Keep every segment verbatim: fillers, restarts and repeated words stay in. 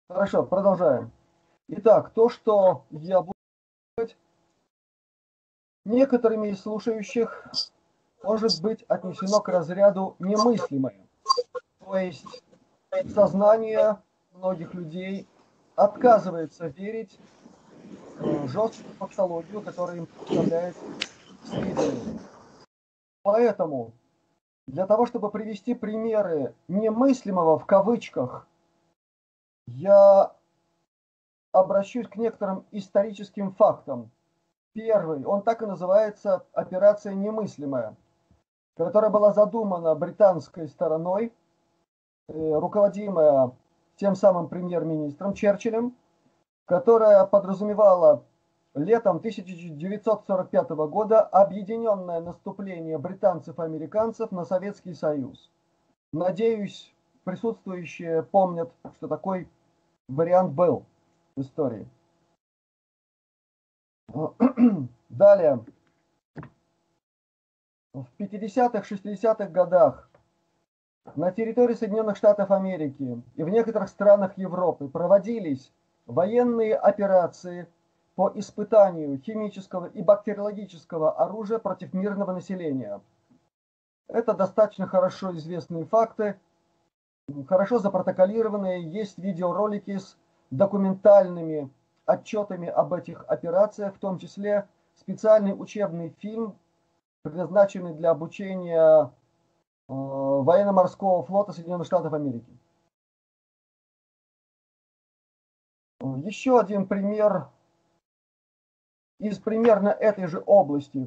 Хорошо, продолжаем. Итак, то, что я буду говорить, некоторыми из слушающих может быть отнесено к разряду немыслимое. То есть сознание многих людей отказывается верить в жесткую фактологию, которая им представляется сведению. Поэтому для того, чтобы привести примеры немыслимого в кавычках, я обращусь к некоторым историческим фактам. Первый, он так и называется «Операция немыслимая», которая была задумана британской стороной, э, руководимая тем самым премьер-министром Черчиллем, которая подразумевала летом тысяча девятьсот сорок пятого года объединенное наступление британцев и американцев на Советский Союз. Надеюсь, присутствующие помнят, что такой вариант был в истории. Далее. В пятидесятых, шестидесятых годах на территории Соединенных Штатов Америки и в некоторых странах Европы проводились военные операции по испытанию химического и бактериологического оружия против мирного населения. Это достаточно хорошо известные факты, хорошо запротоколированные, есть видеоролики с документальными отчетами об этих операциях, в том числе специальный учебный фильм, предназначенный для обучения военно-морского флота Соединенных Штатов Америки. Еще один пример из примерно этой же области.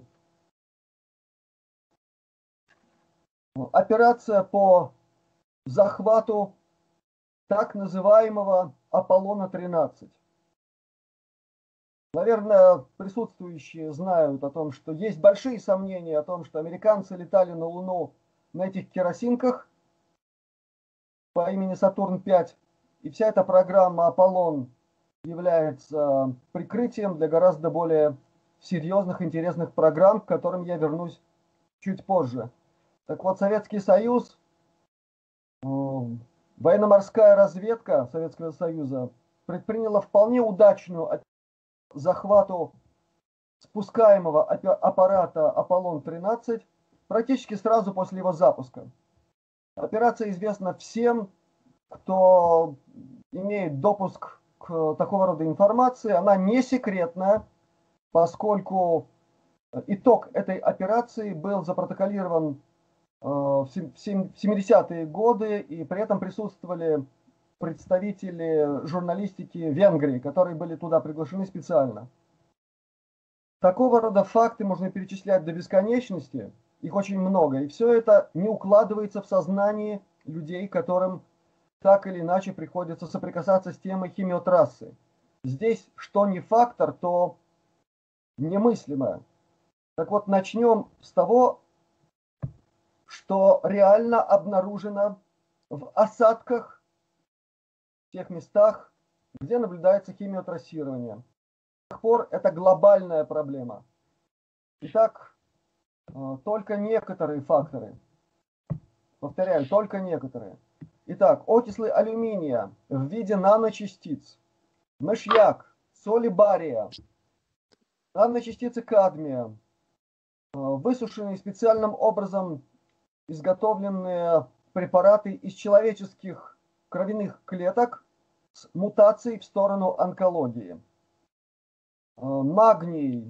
Операция по захвату так называемого Аполлона тринадцать. Наверное, присутствующие знают о том, что есть большие сомнения о том, что американцы летали на Луну на этих керосинках по имени Сатурн пять. И вся эта программа Аполлон является прикрытием для гораздо более серьезных, интересных программ, к которым я вернусь чуть позже. Так вот, Советский Союз, военно-морская разведка Советского Союза предприняла вполне удачную захвату спускаемого аппарата Аполлон тринадцать практически сразу после его запуска. Операция известна всем, кто имеет допуск к такого рода информации. Она не секретная, поскольку итог этой операции был запротоколирован в семидесятые годы, и при этом присутствовали представители журналистики Венгрии, которые были туда приглашены специально. Такого рода факты можно перечислять до бесконечности, их очень много, и все это не укладывается в сознании людей, которым так или иначе приходится соприкасаться с темой химиотрассы. Здесь что не фактор, то немыслимое. Так вот, начнем с того, что реально обнаружено в осадках, в тех местах, где наблюдается химиотрассирование. До сих пор это глобальная проблема. Итак, только некоторые факторы. Повторяю, только некоторые. Итак, окислы алюминия в виде наночастиц, мышьяк, соли бария, наночастицы кадмия, высушенные специальным образом изготовленные препараты из человеческих кровяных клеток с мутацией в сторону онкологии. Магний,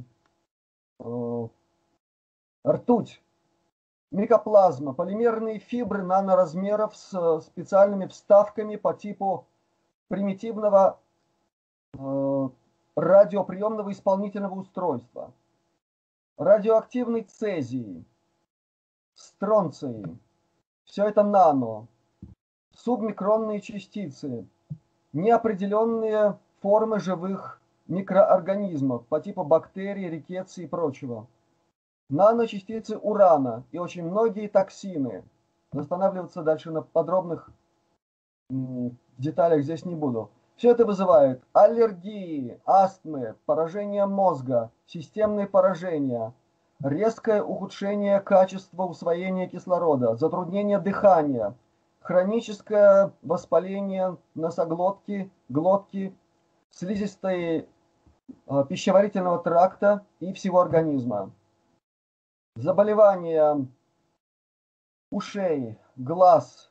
ртуть, микоплазма, полимерные фибры наноразмеров с специальными вставками по типу примитивного радиоприемного исполнительного устройства. Радиоактивный цезий, стронций, все это нано, субмикронные частицы, неопределенные формы живых микроорганизмов по типу бактерий, рикетсий и прочего, наночастицы урана и очень многие токсины. Останавливаться дальше на подробных деталях здесь не буду. Все это вызывает аллергии, астмы, поражение мозга, системные поражения, резкое ухудшение качества усвоения кислорода, затруднение дыхания, хроническое воспаление носоглотки, глотки, слизистой э, пищеварительного тракта и всего организма. Заболевания ушей, глаз.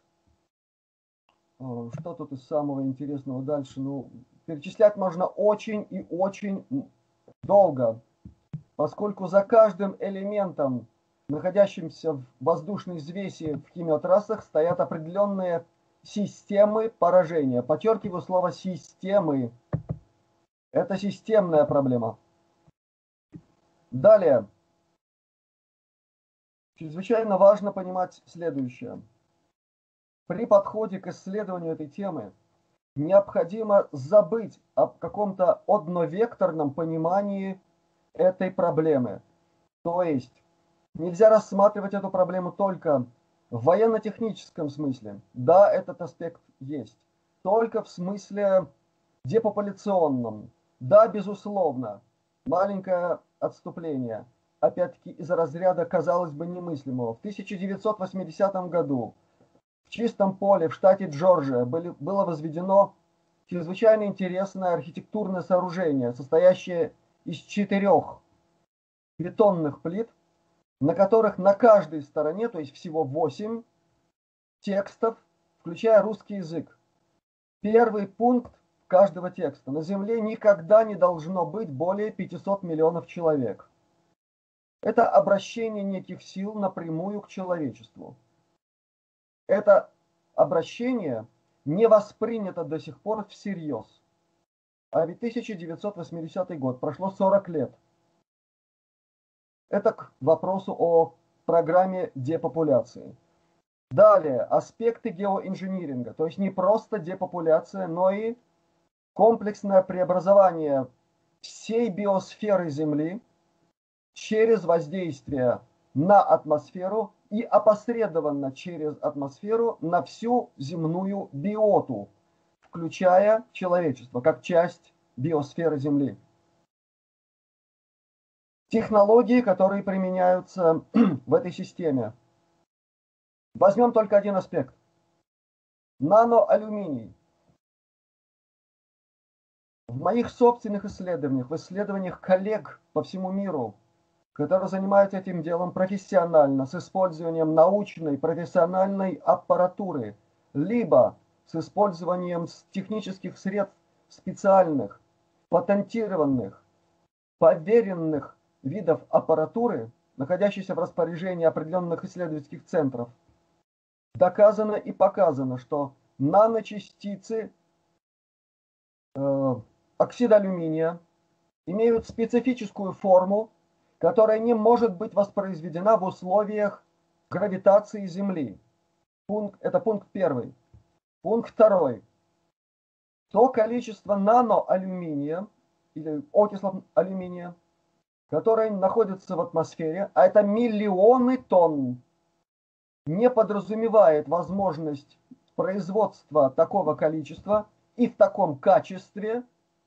Что тут из самого интересного дальше? Ну, перечислять можно очень и очень долго, поскольку за каждым элементом, находящимся в воздушной взвеси в химиотрассах, стоят определенные системы поражения. Подчеркиваю слово «системы». Это системная проблема. Далее. Чрезвычайно важно понимать следующее. При подходе к исследованию этой темы необходимо забыть о каком-то одновекторном понимании этой проблемы. То есть нельзя рассматривать эту проблему только в военно-техническом смысле. Да, этот аспект есть. Только в смысле депопуляционном. Да, безусловно. Маленькое отступление. Опять-таки из разряда, казалось бы, немыслимого. В тысяча девятьсот восьмидесятом году в чистом поле в штате Джорджия были, было возведено чрезвычайно интересное архитектурное сооружение, состоящее из четырех бетонных плит, на которых на каждой стороне, то есть всего восемь текстов, включая русский язык. Первый пункт каждого текста: на Земле никогда не должно быть более пятисот миллионов человек. Это обращение неких сил напрямую к человечеству. Это обращение не воспринято до сих пор всерьез. А ведь тысяча девятьсот восьмидесятый год, прошло сорок лет. Это к вопросу о программе депопуляции. Далее, аспекты геоинжиниринга, то есть не просто депопуляция, но и комплексное преобразование всей биосферы Земли через воздействие на атмосферу и опосредованно через атмосферу на всю земную биоту, включая человечество, как часть биосферы Земли. Технологии, которые применяются в этой системе. Возьмем только один аспект. Наноалюминий. В моих собственных исследованиях, в исследованиях коллег по всему миру, которые занимаются этим делом профессионально, с использованием научной, профессиональной аппаратуры, либо с использованием технических средств специальных, патентированных, поверенных видов аппаратуры, находящейся в распоряжении определенных исследовательских центров, доказано и показано, что наночастицы э, оксида алюминия имеют специфическую форму, которая не может быть воспроизведена в условиях гравитации Земли. Пункт, это пункт первый. Пункт второй. То количество наноалюминия или окислов алюминия, которое находится в атмосфере, а это миллионы тонн, не подразумевает возможность производства такого количества и в таком качестве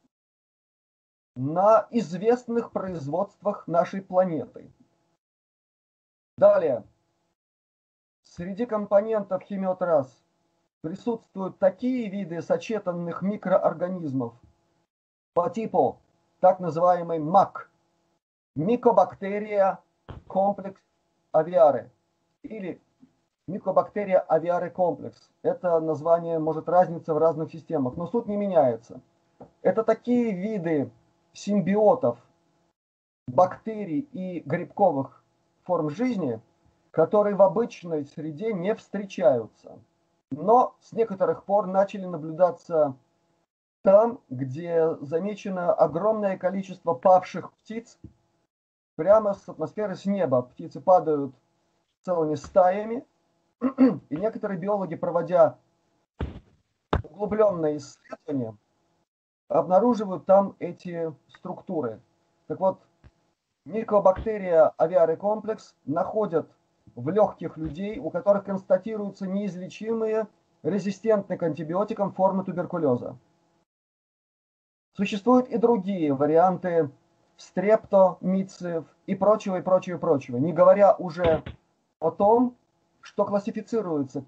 на известных производствах нашей планеты. Далее. Среди компонентов химиотрасс присутствуют такие виды сочетанных микроорганизмов по типу так называемый МАК, микобактерия комплекс авиаре, или микобактерия авиаре комплекс. Это название может разниться в разных системах, но суть не меняется. Это такие виды симбиотов, бактерий и грибковых форм жизни, которые в обычной среде не встречаются, но с некоторых пор начали наблюдаться там, где замечено огромное количество павших птиц прямо с атмосферы, с неба. Птицы падают целыми стаями, и некоторые биологи, проводя углубленное исследование, обнаруживают там эти структуры. Так вот, микобактерия авиаре комплекс находят в легких людей, у которых констатируются неизлечимые, резистентные к антибиотикам формы туберкулеза. Существуют и другие варианты стрептомициев и прочего, и прочего, и прочего. Не говоря уже о том, что классифицируется как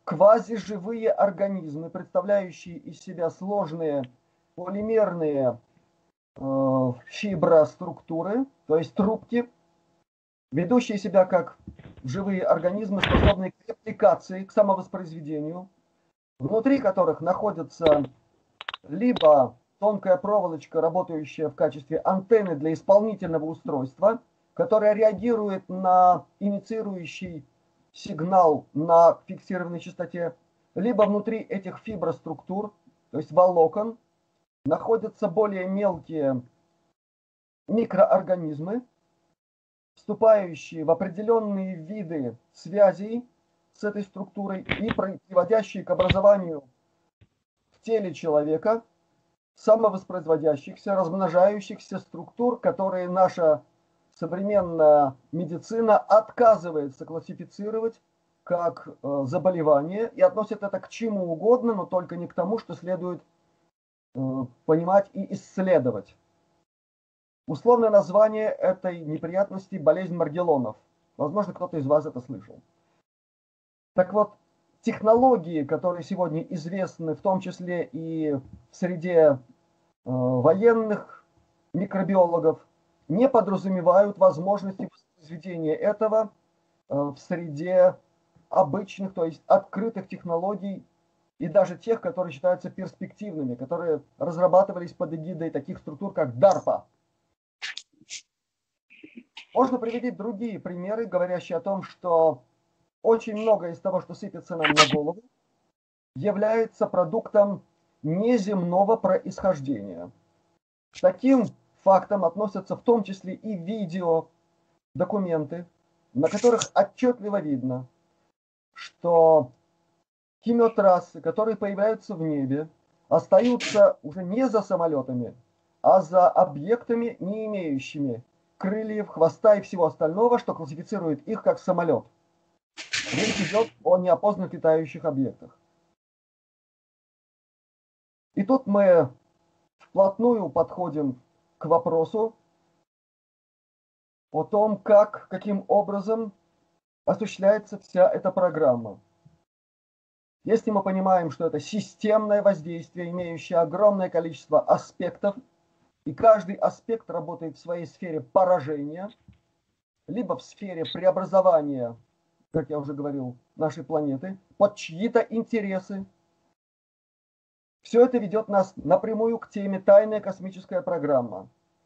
квазиживые организмы, представляющие из себя сложные полимерные э, фиброструктуры, то есть трубки, ведущие себя как живые организмы, способные к репликации, к самовоспроизведению, внутри которых находится либо тонкая проволочка, работающая в качестве антенны для исполнительного устройства, которая реагирует на инициирующий сигнал на фиксированной частоте, либо внутри этих фиброструктур, то есть волокон, находятся более мелкие микроорганизмы, вступающие в определенные виды связей с этой структурой и приводящие к образованию в теле человека самовоспроизводящихся, размножающихся структур, которые наша современная медицина отказывается классифицировать как э, заболевание и относит это к чему угодно, но только не к тому, что следует э, понимать и исследовать. Условное название этой неприятности – болезнь Маргеллонов. Возможно, кто-то из вас это слышал. Так вот, технологии, которые сегодня известны, в том числе и в среде э, военных микробиологов, не подразумевают возможности воспроизведения этого э, в среде обычных, то есть открытых технологий и даже тех, которые считаются перспективными, которые разрабатывались под эгидой таких структур, как дарпа. Можно приводить другие примеры, говорящие о том, что очень многое из того, что сыпется нам на голову, является продуктом неземного происхождения. К таким фактам относятся в том числе и видео, документы, на которых отчетливо видно, что химиотрассы, которые появляются в небе, остаются уже не за самолетами, а за объектами, не имеющими крыльев, хвоста и всего остального, что классифицирует их как самолет. Речь идет о неопознанных летающих объектах. И тут мы вплотную подходим к вопросу о том, как, каким образом осуществляется вся эта программа. Если мы понимаем, что это системное воздействие, имеющее огромное количество аспектов, и каждый аспект работает в своей сфере поражения, либо в сфере преобразования, как я уже говорил, нашей планеты, под чьи-то интересы. Все это ведет нас напрямую к теме «Тайная космическая программа».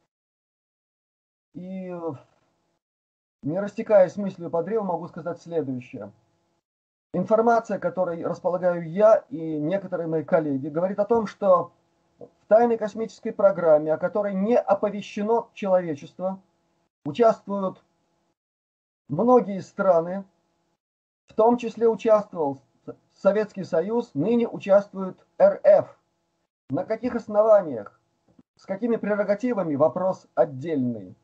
И, не растекаясь мыслью по древу, могу сказать следующее. Информация, которой располагаю я и некоторые мои коллеги, говорит о том, что в тайной космической программе, о которой не оповещено человечество, участвуют многие страны, в том числе участвовал Советский Союз, ныне участвует эр эф. На каких основаниях, с какими прерогативами, вопрос отдельный.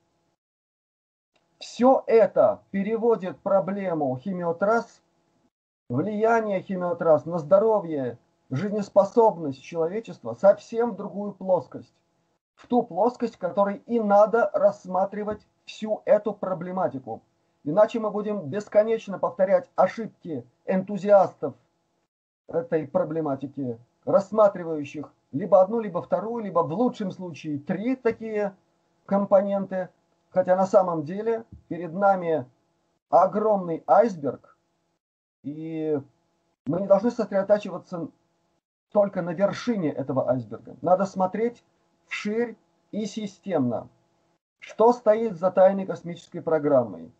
Все это переводит проблему химиотрасс, влияние химиотрасс на здоровье, жизнеспособность человечества совсем в другую плоскость. В ту плоскость, в которой и надо рассматривать всю эту проблематику. Иначе мы будем бесконечно повторять ошибки энтузиастов этой проблематики, рассматривающих либо одну, либо вторую, либо в лучшем случае три такие компоненты, хотя на самом деле перед нами огромный айсберг, и мы не должны сосредотачиваться только на вершине этого айсберга. Надо смотреть вширь и системно. Что стоит за тайной космической программой?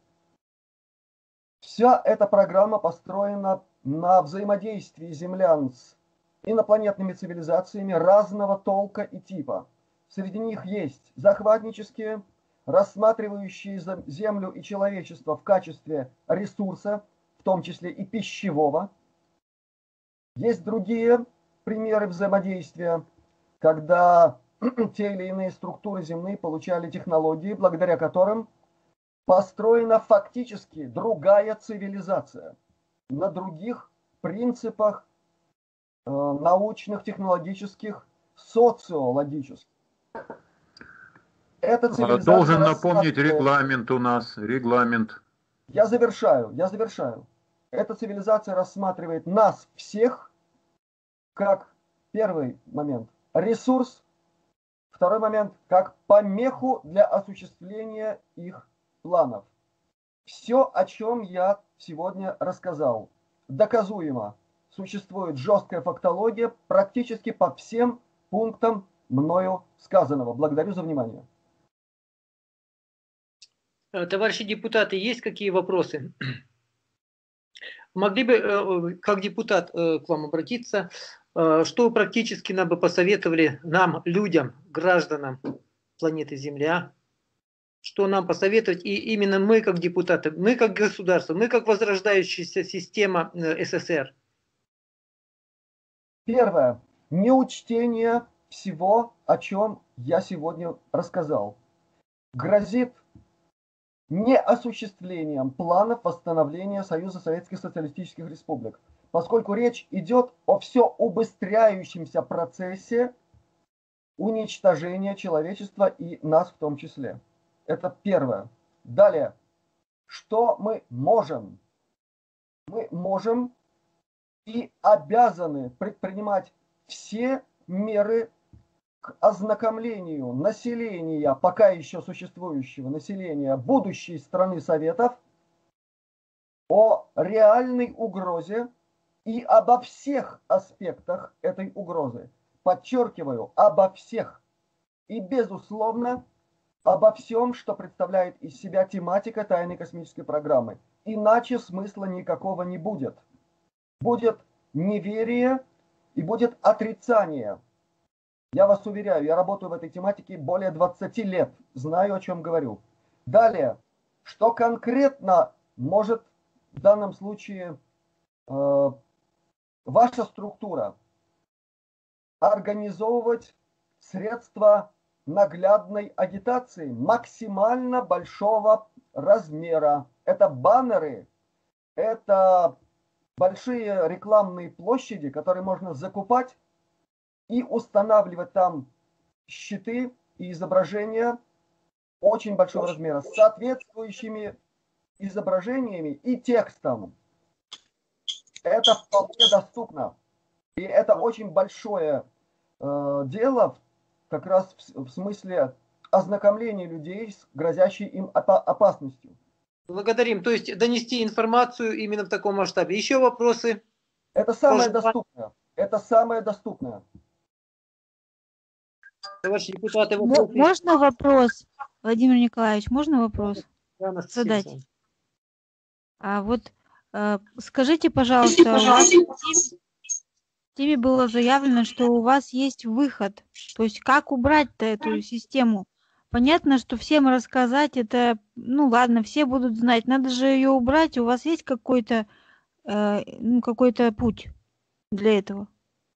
Вся эта программа построена на взаимодействии землян с инопланетными цивилизациями разного толка и типа. Среди них есть захватнические, рассматривающие Землю и человечество в качестве ресурса, в том числе и пищевого. Есть другие примеры взаимодействия, когда те или иные структуры земные получали технологии, благодаря которым построена фактически другая цивилизация на других принципах э, научных, технологических, социологических. Эта цивилизация Должен напомнить регламент у нас, регламент. Я завершаю, я завершаю. Эта цивилизация рассматривает нас всех как, первый момент, ресурс, второй момент, как помеху для осуществления их планов. Все, о чем я сегодня рассказал, доказуемо. Существует жесткая фактология практически по всем пунктам мною сказанного. Благодарю за внимание. Товарищи депутаты, есть какие вопросы? Могли бы, как депутат, к вам обратиться? Что практически нам бы посоветовали, нам, людям, гражданам планеты Земля? Что нам посоветовать? И именно мы, как депутаты, мы, как государство, мы, как возрождающаяся система СССР. Первое. Неучтение всего, о чем я сегодня рассказал, грозит неосуществлением планов восстановления Союза Советских Социалистических Республик, поскольку речь идет о все убыстряющемся процессе уничтожения человечества и нас в том числе. Это первое. Далее. Что мы можем? Мы можем и обязаны предпринимать все меры к ознакомлению населения, пока еще существующего населения будущей страны Советов, о реальной угрозе и обо всех аспектах этой угрозы. Подчеркиваю, обо всех. И, безусловно, обо всем, что представляет из себя тематика тайной космической программы. Иначе смысла никакого не будет. Будет неверие и будет отрицание. Я вас уверяю, я работаю в этой тематике более двадцати лет, знаю, о чем говорю. Далее, что конкретно может в данном случае э, ваша структура организовывать средства наглядной агитации максимально большого размера. Это баннеры, это большие рекламные площади, которые можно закупать и устанавливать там щиты и изображения очень большого размера с соответствующими изображениями и текстом. Это вполне доступно. И это очень большое э, дело как раз в, в смысле ознакомления людей с грозящей им опа- опасностью. Благодарим. То есть донести информацию именно в таком масштабе. Еще вопросы? Это самое доступное. Это самое доступное. Товарищи депутаты, вопросы. Можно вопрос, Владимир Николаевич, можно вопрос да, задать? А вот э, скажите, пожалуйста, скажите, пожалуйста, у вас в теме было заявлено, что у вас есть выход. То есть как убрать-то эту систему? Понятно, что всем рассказать это, ну ладно, все будут знать. Надо же ее убрать. У вас есть какой-то э, ну, какой-то путь для этого?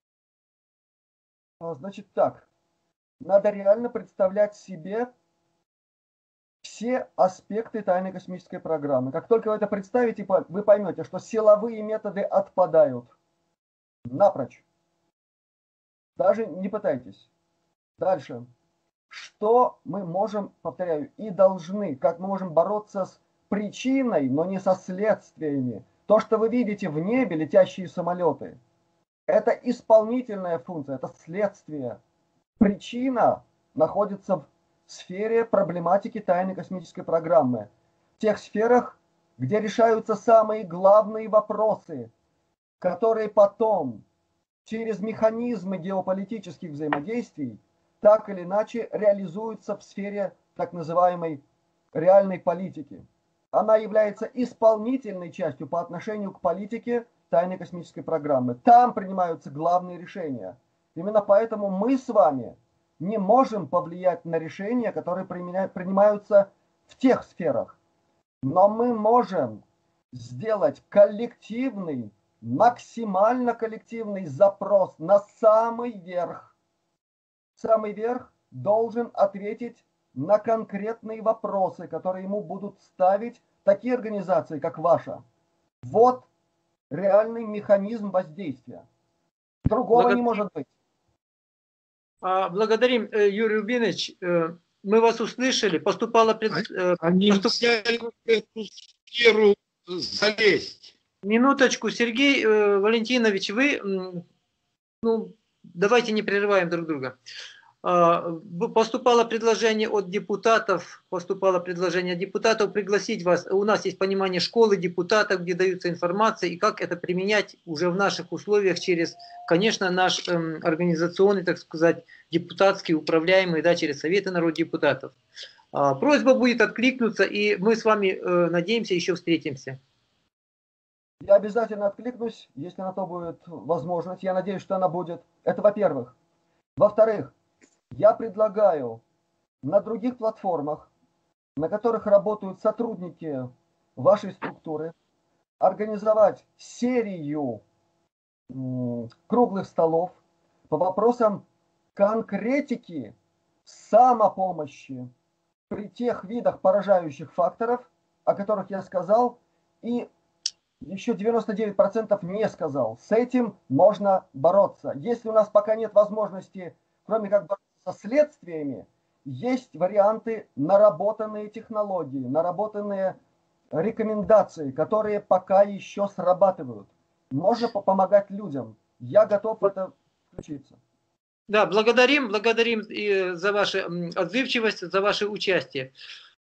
Значит так. Надо реально представлять себе все аспекты тайной космической программы. Как только вы это представите, вы поймете, что силовые методы отпадают напрочь. Даже не пытайтесь. Дальше. Что мы можем, повторяю, и должны, как мы можем бороться с причиной, но не со следствиями. То, что вы видите в небе, летящие самолеты, это исполнительная функция, это следствие. Причина находится в сфере проблематики тайной космической программы. В тех сферах, где решаются самые главные вопросы, которые потом через механизмы геополитических взаимодействий так или иначе реализуются в сфере так называемой реальной политики. Она является исполнительной частью по отношению к политике тайной космической программы. Там принимаются главные решения. Именно поэтому мы с вами не можем повлиять на решения, которые принимаются в тех сферах. Но мы можем сделать коллективный, максимально коллективный запрос на самый верх. Самый верх должен ответить на конкретные вопросы, которые ему будут ставить такие организации, как ваша. Вот реальный механизм воздействия. Другого Благодар... не может быть. Благодарим, Юрий Рубинович. Мы вас услышали. Поступало... Пред... Они поступ... в эту сферу залезть. Минуточку, Сергей э, Валентинович, вы, ну, давайте не прерываем друг друга. Поступало предложение от депутатов, поступало предложение от депутатов пригласить вас. У нас есть понимание школы депутатов, где даются информация, и как это применять уже в наших условиях через, конечно, наш эм, организационный, так сказать, депутатский, управляемый, да, через Советы народных депутатов. А, просьба будет откликнуться, и мы с вами, э, надеемся, еще встретимся. Я обязательно откликнусь, если на то будет возможность. Я надеюсь, что она будет. Это во-первых. Во-вторых, я предлагаю на других платформах, на которых работают сотрудники вашей структуры, организовать серию круглых столов по вопросам конкретики самопомощи при тех видах поражающих факторов, о которых я сказал, и еще девяносто девять процентов не сказал. С этим можно бороться. Если у нас пока нет возможности, кроме как бороться со следствиями, есть варианты наработанные технологии, наработанные рекомендации, которые пока еще срабатывают. Можно помогать людям. Я готов в это включиться. Да, благодарим, благодарим и за вашу отзывчивость, за ваше участие.